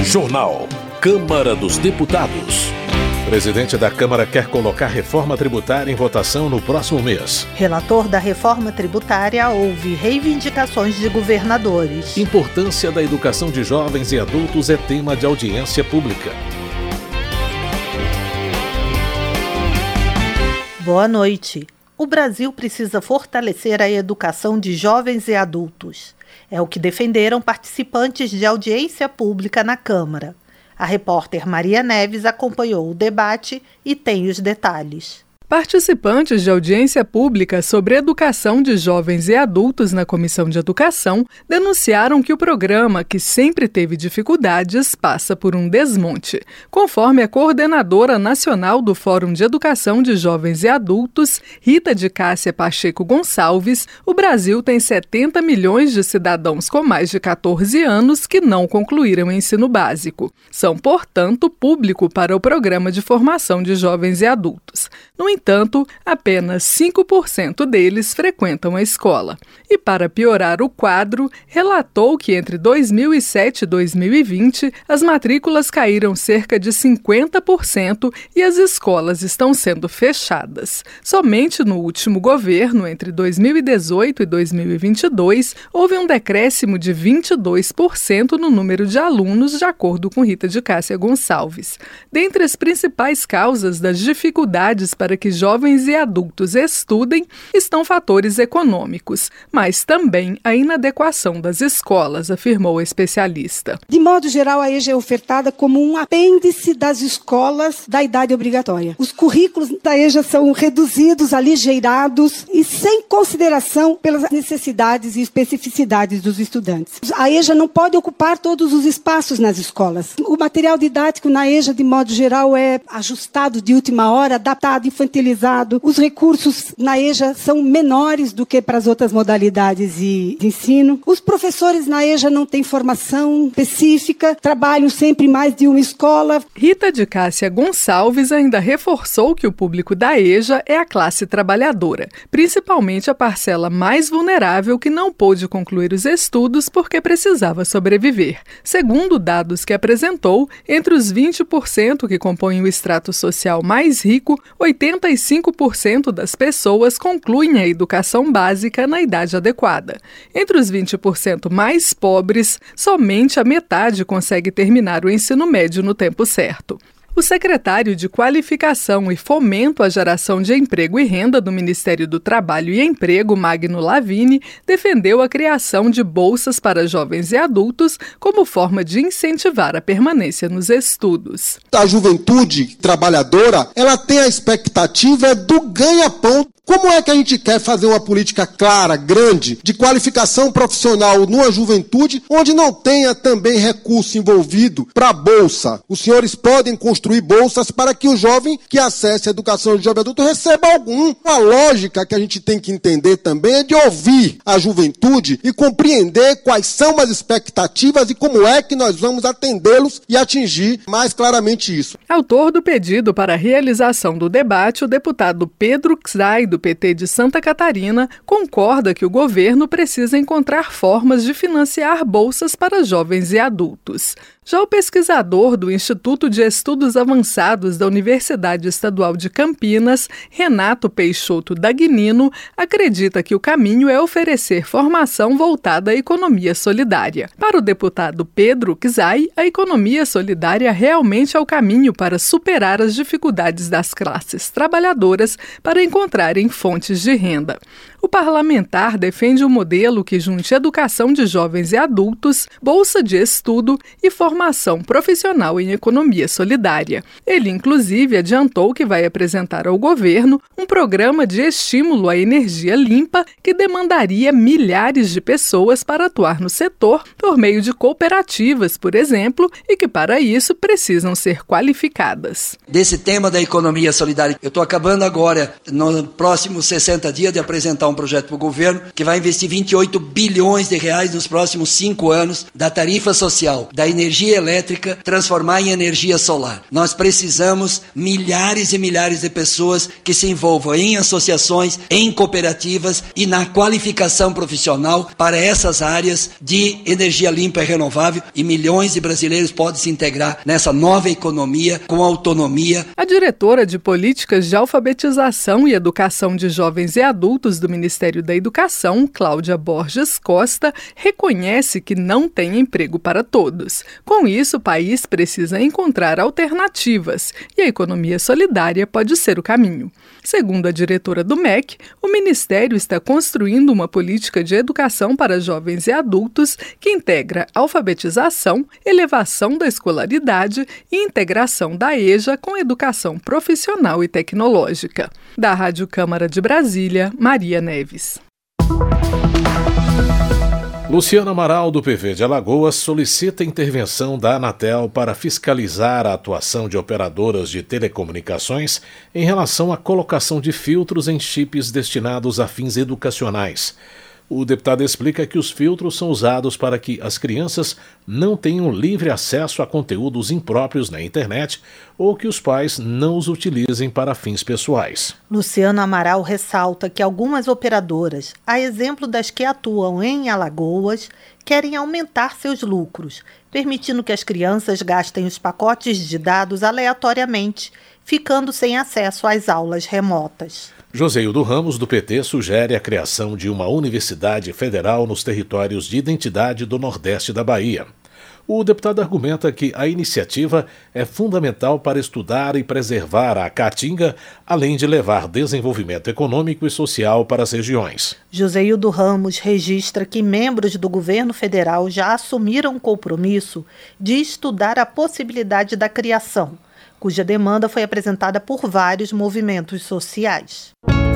Jornal. Câmara dos Deputados. O presidente da Câmara quer colocar reforma tributária em votação no próximo mês. Relator da reforma tributária ouve reivindicações de governadores. Importância da educação de jovens e adultos é tema de audiência pública. Boa noite. O Brasil precisa fortalecer a educação de jovens e adultos. É o que defenderam participantes de audiência pública na Câmara. A repórter Maria Neves acompanhou o debate e tem os detalhes. Participantes de audiência pública sobre educação de jovens e adultos na Comissão de Educação denunciaram que o programa, que sempre teve dificuldades, passa por um desmonte. Conforme a coordenadora nacional do Fórum de Educação de Jovens e Adultos, Rita de Cássia Pacheco Gonçalves, o Brasil tem 70 milhões de cidadãos com mais de 14 anos que não concluíram o ensino básico. São, portanto, público para o Programa de Formação de Jovens e Adultos. No entanto, apenas 5% deles frequentam a escola. E para piorar o quadro, relatou que entre 2007 e 2020, as matrículas caíram cerca de 50% e as escolas estão sendo fechadas. Somente no último governo, entre 2018 e 2022, houve um decréscimo de 22% no número de alunos, de acordo com Rita de Cássia Gonçalves. Dentre as principais causas das dificuldades para que jovens e adultos estudem estão fatores econômicos, mas também a inadequação das escolas, afirmou o especialista. De modo geral, a EJA é ofertada como um apêndice das escolas da idade obrigatória. Os currículos da EJA são reduzidos, aligeirados e sem consideração pelas necessidades e especificidades dos estudantes. A EJA não pode ocupar todos os espaços nas escolas. O material didático na EJA, de modo geral, é ajustado de última hora, adaptado, infantilizado. Os recursos na EJA são menores do que para as outras modalidades de ensino. Os professores na EJA não têm formação específica, trabalham sempre em mais de uma escola. Rita de Cássia Gonçalves ainda reforçou que o público da EJA é a classe trabalhadora, principalmente a parcela mais vulnerável que não pôde concluir os estudos porque precisava sobreviver. Segundo dados que apresentou, entre os 20% que compõem o extrato social mais rico, 85% das pessoas concluem a educação básica na idade adequada. Entre os 20% mais pobres, somente a metade consegue terminar o ensino médio no tempo certo. O secretário de Qualificação e Fomento à Geração de Emprego e Renda do Ministério do Trabalho e Emprego, Magno Lavini, defendeu a criação de bolsas para jovens e adultos como forma de incentivar a permanência nos estudos. A juventude trabalhadora, ela tem a expectativa do ganha-pão. Como é que a gente quer fazer uma política clara, grande, de qualificação profissional numa juventude, onde não tenha também recurso envolvido para a bolsa? Os senhores podem construir bolsas para que o jovem que acesse a educação de jovem adulto receba algum. A lógica que a gente tem que entender também é de ouvir a juventude e compreender quais são as expectativas e como é que nós vamos atendê-los e atingir mais claramente isso. Autor do pedido para a realização do debate, o deputado Pedro Czai, do PT de Santa Catarina, concorda que o governo precisa encontrar formas de financiar bolsas para jovens e adultos. Já o pesquisador do Instituto de Estudos Avançados da Universidade Estadual de Campinas, Renato Peixoto Dagnino, acredita que o caminho é oferecer formação voltada à economia solidária. Para o deputado Pedro Czai, a economia solidária realmente é o caminho para superar as dificuldades das classes trabalhadoras para encontrarem fontes de renda. O parlamentar defende um modelo que junte educação de jovens e adultos, bolsa de estudo e formação profissional em economia solidária. Ele, inclusive, adiantou que vai apresentar ao governo um programa de estímulo à energia limpa que demandaria milhares de pessoas para atuar no setor por meio de cooperativas, por exemplo, e que, para isso, precisam ser qualificadas. Desse tema da economia solidária, eu estou acabando agora, no próximo 60 dias, de apresentar um projeto para o governo que vai investir 28 bilhões de reais nos próximos 5 anos da tarifa social, da energia elétrica, transformar em energia solar. Nós precisamos milhares e milhares de pessoas que se envolvam em associações, em cooperativas e na qualificação profissional para essas áreas de energia limpa e renovável, e milhões de brasileiros podem se integrar nessa nova economia com autonomia. A diretora de Políticas de Alfabetização e Educação de Jovens e Adultos do Ministério da Educação, Cláudia Borges Costa, reconhece que não tem emprego para todos. Com isso, o país precisa encontrar alternativas e a economia solidária pode ser o caminho. Segundo a diretora do MEC, o Ministério está construindo uma política de educação para jovens e adultos que integra alfabetização, elevação da escolaridade e integração da EJA com educação profissional e tecnológica. Da Rádio Câmara de Brasília, Maria Neves. Luciano Amaral, do PV de Alagoas, solicita intervenção da Anatel para fiscalizar a atuação de operadoras de telecomunicações em relação à colocação de filtros em chips destinados a fins educacionais. O deputado explica que os filtros são usados para que as crianças não tenham livre acesso a conteúdos impróprios na internet ou que os pais não os utilizem para fins pessoais. Luciano Amaral ressalta que algumas operadoras, a exemplo das que atuam em Alagoas, querem aumentar seus lucros, permitindo que as crianças gastem os pacotes de dados aleatoriamente, ficando sem acesso às aulas remotas. Joseildo Ramos, do PT, sugere a criação de uma universidade federal nos territórios de identidade do Nordeste da Bahia. O deputado argumenta que a iniciativa é fundamental para estudar e preservar a Caatinga, além de levar desenvolvimento econômico e social para as regiões. Joseildo Ramos registra que membros do governo federal já assumiram o compromisso de estudar a possibilidade da criação, cuja demanda foi apresentada por vários movimentos sociais.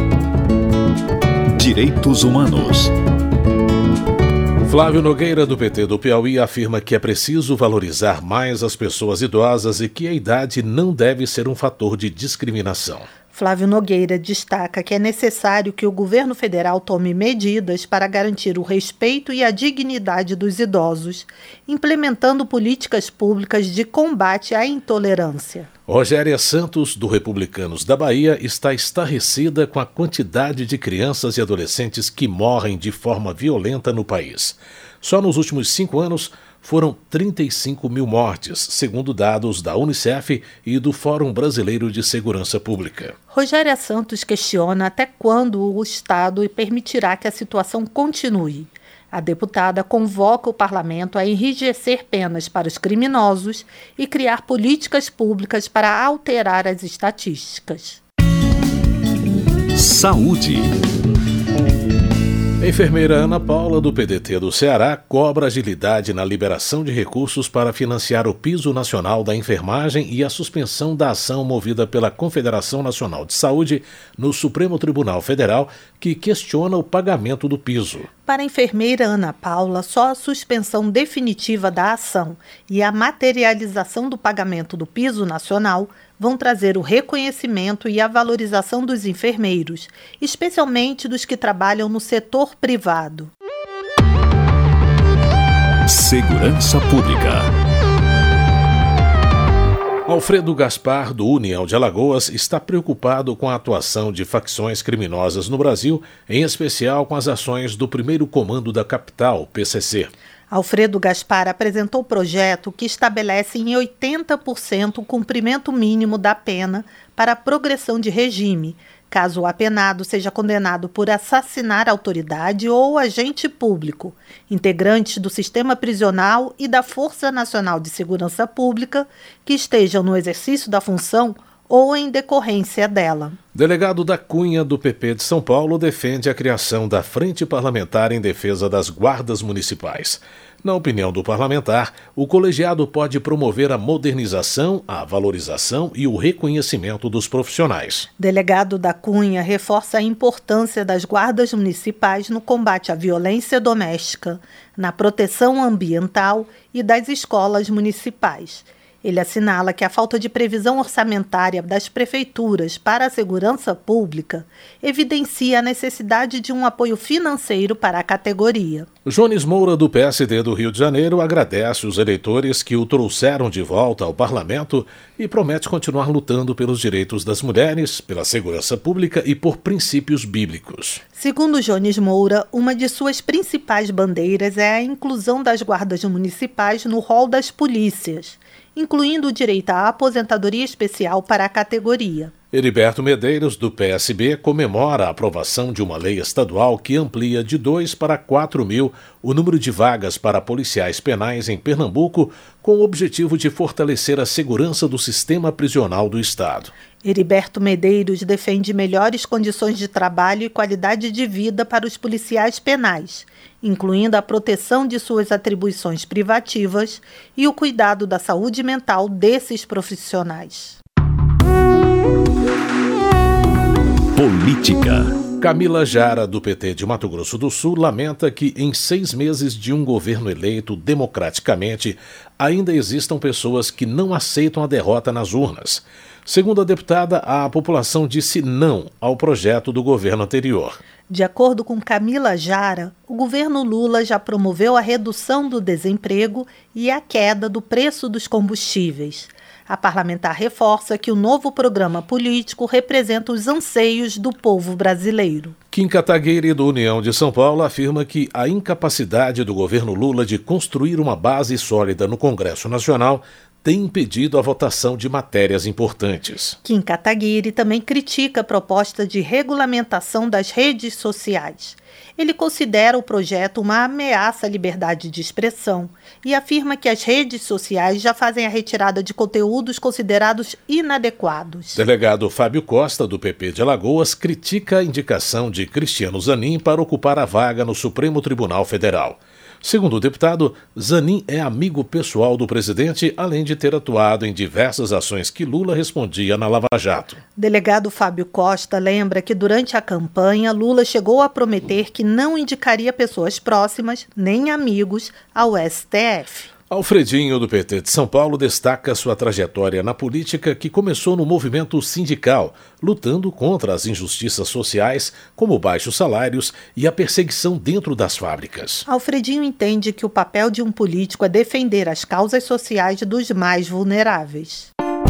Direitos Humanos. Flávio Nogueira, do PT do Piauí, afirma que é preciso valorizar mais as pessoas idosas e que a idade não deve ser um fator de discriminação. Flávio Nogueira destaca que é necessário que o governo federal tome medidas para garantir o respeito e a dignidade dos idosos, implementando políticas públicas de combate à intolerância. Rogéria Santos, do Republicanos da Bahia, está estarrecida com a quantidade de crianças e adolescentes que morrem de forma violenta no país. Só nos últimos 5 anos, foram 35 mil mortes, segundo dados da Unicef e do Fórum Brasileiro de Segurança Pública. Rogéria Santos questiona até quando o Estado permitirá que a situação continue. A deputada convoca o parlamento a enrijecer penas para os criminosos e criar políticas públicas para alterar as estatísticas. Saúde. A enfermeira Ana Paula, do PDT do Ceará, cobra agilidade na liberação de recursos para financiar o piso nacional da enfermagem e a suspensão da ação movida pela Confederação Nacional de Saúde no Supremo Tribunal Federal, que questiona o pagamento do piso. Para a enfermeira Ana Paula, só a suspensão definitiva da ação e a materialização do pagamento do piso nacional vão trazer o reconhecimento e a valorização dos enfermeiros, especialmente dos que trabalham no setor privado. Segurança Pública. Alfredo Gaspar, do União de Alagoas, está preocupado com a atuação de facções criminosas no Brasil, em especial com as ações do Primeiro Comando da Capital, PCC. Alfredo Gaspar apresentou o projeto que estabelece em 80% o cumprimento mínimo da pena para a progressão de regime, caso o apenado seja condenado por assassinar autoridade ou agente público, integrantes do sistema prisional e da Força Nacional de Segurança Pública que estejam no exercício da função ou em decorrência dela. Delegado da Cunha, do PP de São Paulo, defende a criação da Frente Parlamentar em Defesa das Guardas Municipais. Na opinião do parlamentar, o colegiado pode promover a modernização, a valorização e o reconhecimento dos profissionais. Delegado da Cunha reforça a importância das guardas municipais no combate à violência doméstica, na proteção ambiental e das escolas municipais. Ele assinala que a falta de previsão orçamentária das prefeituras para a segurança pública evidencia a necessidade de um apoio financeiro para a categoria. Jones Moura, do PSD do Rio de Janeiro, agradece os eleitores que o trouxeram de volta ao parlamento e promete continuar lutando pelos direitos das mulheres, pela segurança pública e por princípios bíblicos. Segundo Jones Moura, uma de suas principais bandeiras é a inclusão das guardas municipais no rol das polícias, incluindo o direito à aposentadoria especial para a categoria. Heriberto Medeiros, do PSB, comemora a aprovação de uma lei estadual que amplia de 2 para 4 mil o número de vagas para policiais penais em Pernambuco, com o objetivo de fortalecer a segurança do sistema prisional do Estado. Heriberto Medeiros defende melhores condições de trabalho e qualidade de vida para os policiais penais, incluindo a proteção de suas atribuições privativas e o cuidado da saúde mental desses profissionais. Política. Camila Jara, do PT de Mato Grosso do Sul, lamenta que em 6 meses de um governo eleito democraticamente, ainda existam pessoas que não aceitam a derrota nas urnas. Segundo a deputada, a população disse não ao projeto do governo anterior. De acordo com Camila Jara, o governo Lula já promoveu a redução do desemprego e a queda do preço dos combustíveis. A parlamentar reforça que o novo programa político representa os anseios do povo brasileiro. Kim Kataguiri, do União de São Paulo, afirma que a incapacidade do governo Lula de construir uma base sólida no Congresso Nacional tem impedido a votação de matérias importantes. Kim Kataguiri também critica a proposta de regulamentação das redes sociais. Ele considera o projeto uma ameaça à liberdade de expressão e afirma que as redes sociais já fazem a retirada de conteúdos considerados inadequados. Delegado Fábio Costa, do PP de Alagoas, critica a indicação de Cristiano Zanin para ocupar a vaga no Supremo Tribunal Federal. Segundo o deputado, Zanin é amigo pessoal do presidente, além de ter atuado em diversas ações que Lula respondia na Lava Jato. Delegado Fábio Costa lembra que durante a campanha, Lula chegou a prometer que não indicaria pessoas próximas, nem amigos, ao STF. Alfredinho, do PT de São Paulo, destaca sua trajetória na política, que começou no movimento sindical, lutando contra as injustiças sociais, como baixos salários e a perseguição dentro das fábricas. Alfredinho entende que o papel de um político é defender as causas sociais dos mais vulneráveis.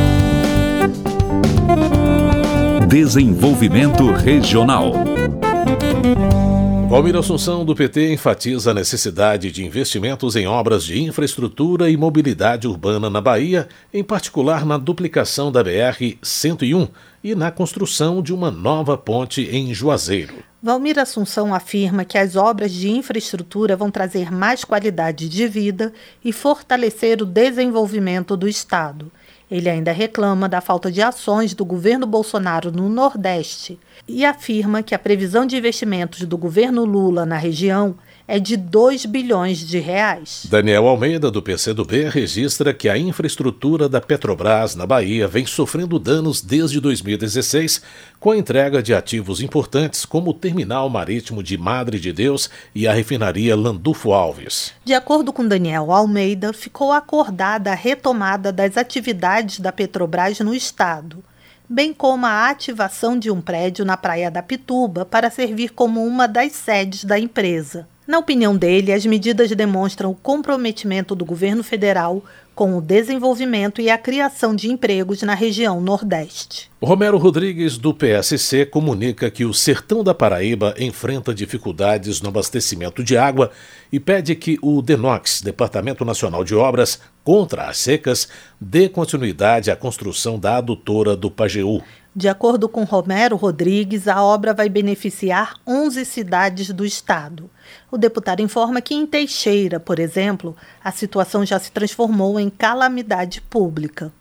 Desenvolvimento regional. Valmir Assunção, do PT, enfatiza a necessidade de investimentos em obras de infraestrutura e mobilidade urbana na Bahia, em particular na duplicação da BR-101 e na construção de uma nova ponte em Juazeiro. Valmir Assunção afirma que as obras de infraestrutura vão trazer mais qualidade de vida e fortalecer o desenvolvimento do Estado. Ele ainda reclama da falta de ações do governo Bolsonaro no Nordeste e afirma que a previsão de investimentos do governo Lula na região é de 2 bilhões de reais. Daniel Almeida, do PCdoB, registra que a infraestrutura da Petrobras na Bahia vem sofrendo danos desde 2016, com a entrega de ativos importantes como o terminal marítimo de Madre de Deus e a refinaria Landulfo Alves. De acordo com Daniel Almeida, ficou acordada a retomada das atividades da Petrobras no estado, bem como a ativação de um prédio na Praia da Pituba para servir como uma das sedes da empresa. Na opinião dele, as medidas demonstram o comprometimento do governo federal com o desenvolvimento e a criação de empregos na região Nordeste. Romero Rodrigues, do PSC, comunica que o sertão da Paraíba enfrenta dificuldades no abastecimento de água e pede que o DENOX, Departamento Nacional de Obras contra as Secas, dê continuidade à construção da adutora do Pajeú. De acordo com Romero Rodrigues, a obra vai beneficiar 11 cidades do estado. O deputado informa que em Teixeira, por exemplo, a situação já se transformou em calamidade pública.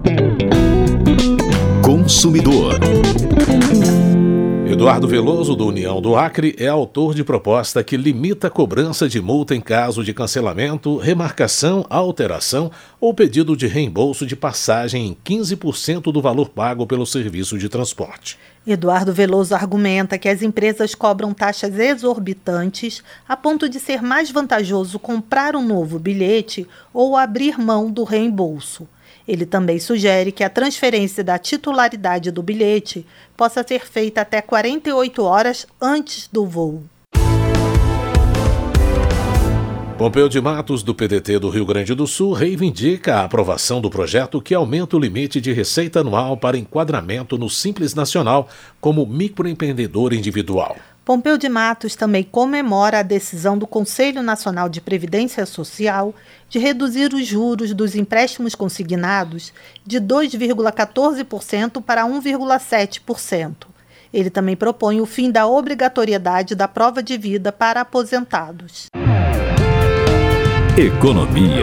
Consumidor. Eduardo Veloso, do União do Acre, é autor de proposta que limita a cobrança de multa em caso de cancelamento, remarcação, alteração ou pedido de reembolso de passagem em 15% do valor pago pelo serviço de transporte. Eduardo Veloso argumenta que as empresas cobram taxas exorbitantes a ponto de ser mais vantajoso comprar um novo bilhete ou abrir mão do reembolso. Ele também sugere que a transferência da titularidade do bilhete possa ser feita até 48 horas antes do voo. Pompeu de Matos, do PDT do Rio Grande do Sul, reivindica a aprovação do projeto que aumenta o limite de receita anual para enquadramento no Simples Nacional como microempreendedor individual. Pompeu de Matos também comemora a decisão do Conselho Nacional de Previdência Social de reduzir os juros dos empréstimos consignados de 2,14% para 1,7%. Ele também propõe o fim da obrigatoriedade da prova de vida para aposentados. Economia.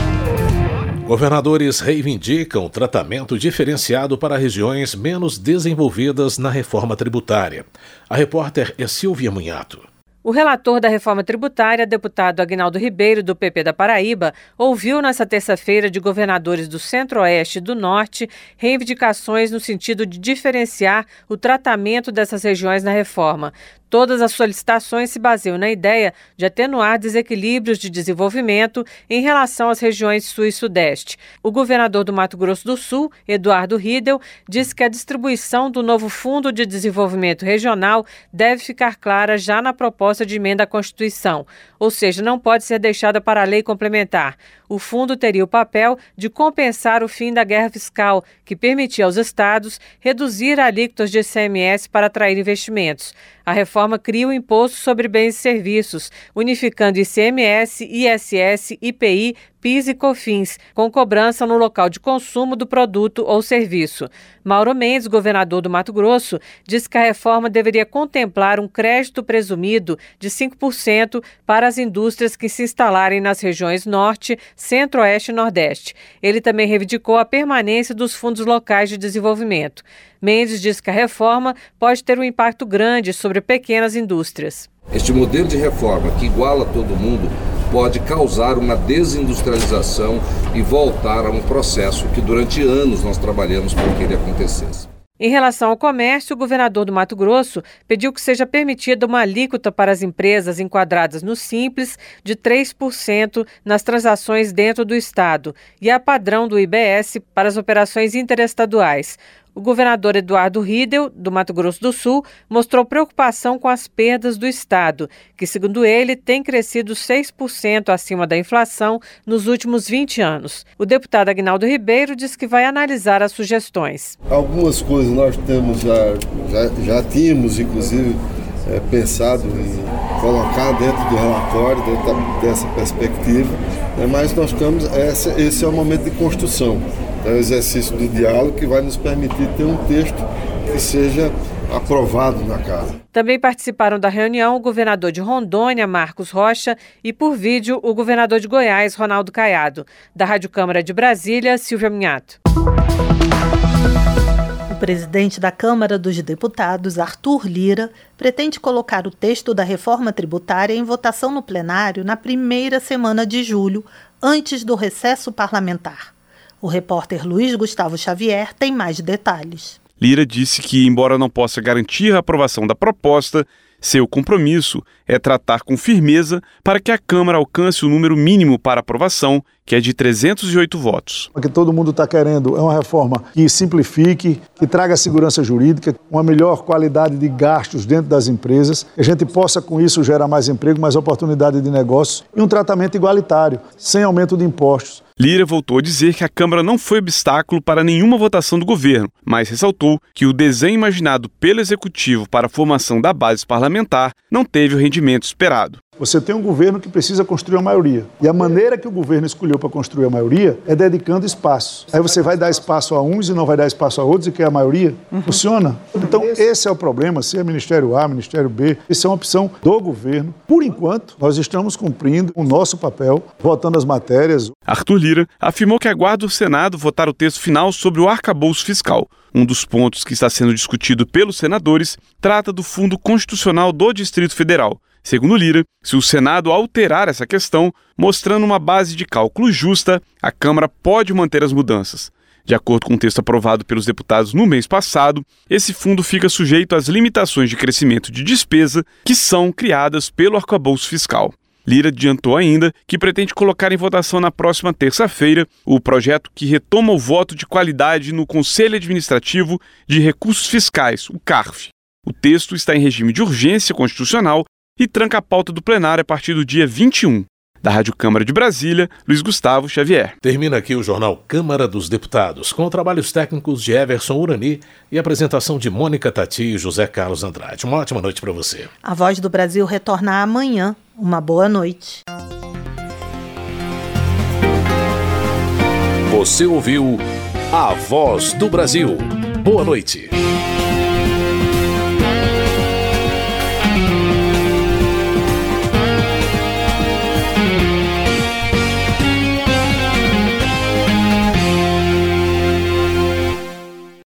Governadores reivindicam tratamento diferenciado para regiões menos desenvolvidas na reforma tributária. A repórter é Silvia Munhato. O relator da reforma tributária, deputado Aguinaldo Ribeiro, do PP da Paraíba, ouviu nesta terça-feira de governadores do Centro-Oeste e do Norte reivindicações no sentido de diferenciar o tratamento dessas regiões na reforma. Todas as solicitações se baseiam na ideia de atenuar desequilíbrios de desenvolvimento em relação às regiões Sul e Sudeste. O governador do Mato Grosso do Sul, Eduardo Riedel, disse que a distribuição do novo Fundo de Desenvolvimento Regional deve ficar clara já na proposta de emenda à Constituição, ou seja, não pode ser deixada para a lei complementar. O fundo teria o papel de compensar o fim da guerra fiscal, que permitia aos estados reduzir alíquotas de ICMS para atrair investimentos. A reforma cria o Imposto sobre Bens e Serviços, unificando ICMS, ISS, IPI, PIS e COFINS, com cobrança no local de consumo do produto ou serviço. Mauro Mendes, governador do Mato Grosso, disse que a reforma deveria contemplar um crédito presumido de 5% para as indústrias que se instalarem nas regiões Norte, Centro-Oeste e Nordeste. Ele também reivindicou a permanência dos fundos locais de desenvolvimento. Mendes diz que a reforma pode ter um impacto grande sobre pequenas indústrias. Este modelo de reforma que iguala todo mundo pode causar uma desindustrialização e voltar a um processo que durante anos nós trabalhamos para que ele acontecesse. Em relação ao comércio, o governador do Mato Grosso pediu que seja permitida uma alíquota para as empresas enquadradas no Simples de 3% nas transações dentro do estado e a padrão do IBS para as operações interestaduais. O governador Eduardo Riedel, do Mato Grosso do Sul, mostrou preocupação com as perdas do estado, que, segundo ele, tem crescido 6% acima da inflação nos últimos 20 anos. O deputado Aguinaldo Ribeiro diz que vai analisar as sugestões. Algumas coisas nós temos já tínhamos, inclusive, pensado em colocar dentro do relatório, dentro dessa perspectiva, mas nós estamos, esse é o momento de construção. É o exercício do diálogo que vai nos permitir ter um texto que seja aprovado na casa. Também participaram da reunião o governador de Rondônia, Marcos Rocha, e por vídeo o governador de Goiás, Ronaldo Caiado. Da Rádio Câmara de Brasília, Silvia Munhato. O presidente da Câmara dos Deputados, Arthur Lira, pretende colocar o texto da reforma tributária em votação no plenário na primeira semana de julho, antes do recesso parlamentar. O repórter Luiz Gustavo Xavier tem mais detalhes. Lira disse que, embora não possa garantir a aprovação da proposta, seu compromisso é tratar com firmeza para que a Câmara alcance o número mínimo para aprovação, que é de 308 votos. O que todo mundo está querendo é uma reforma que simplifique, que traga segurança jurídica, uma melhor qualidade de gastos dentro das empresas, que a gente possa com isso gerar mais emprego, mais oportunidade de negócios e um tratamento igualitário, sem aumento de impostos. Lira voltou a dizer que a Câmara não foi obstáculo para nenhuma votação do governo, mas ressaltou que o desenho imaginado pelo Executivo para a formação da base parlamentar não teve o rendimento esperado. Você tem um governo que precisa construir a maioria. E a maneira que o governo escolheu para construir a maioria é dedicando espaço. Aí você vai dar espaço a uns e não vai dar espaço a outros e quer a maioria? Funciona? Então esse é o problema, se é Ministério A, Ministério B, isso é uma opção do governo. Por enquanto, nós estamos cumprindo o nosso papel, votando as matérias. Arthur Lira afirmou que aguarda o Senado votar o texto final sobre o arcabouço fiscal. Um dos pontos que está sendo discutido pelos senadores trata do Fundo Constitucional do Distrito Federal. Segundo Lira, se o Senado alterar essa questão, mostrando uma base de cálculo justa, a Câmara pode manter as mudanças. De acordo com o texto aprovado pelos deputados no mês passado, esse fundo fica sujeito às limitações de crescimento de despesa que são criadas pelo arcabouço fiscal. Lira adiantou ainda que pretende colocar em votação na próxima terça-feira o projeto que retoma o voto de qualidade no Conselho Administrativo de Recursos Fiscais, o CARF. O texto está em regime de urgência constitucional e tranca a pauta do plenário a partir do dia 21. Da Rádio Câmara de Brasília, Luiz Gustavo Xavier. Termina aqui o Jornal Câmara dos Deputados, com trabalhos técnicos de Everson Urani e apresentação de Mônica Tati e José Carlos Andrade. Uma ótima noite para você. A Voz do Brasil retorna amanhã. Uma boa noite. Você ouviu A Voz do Brasil. Boa noite.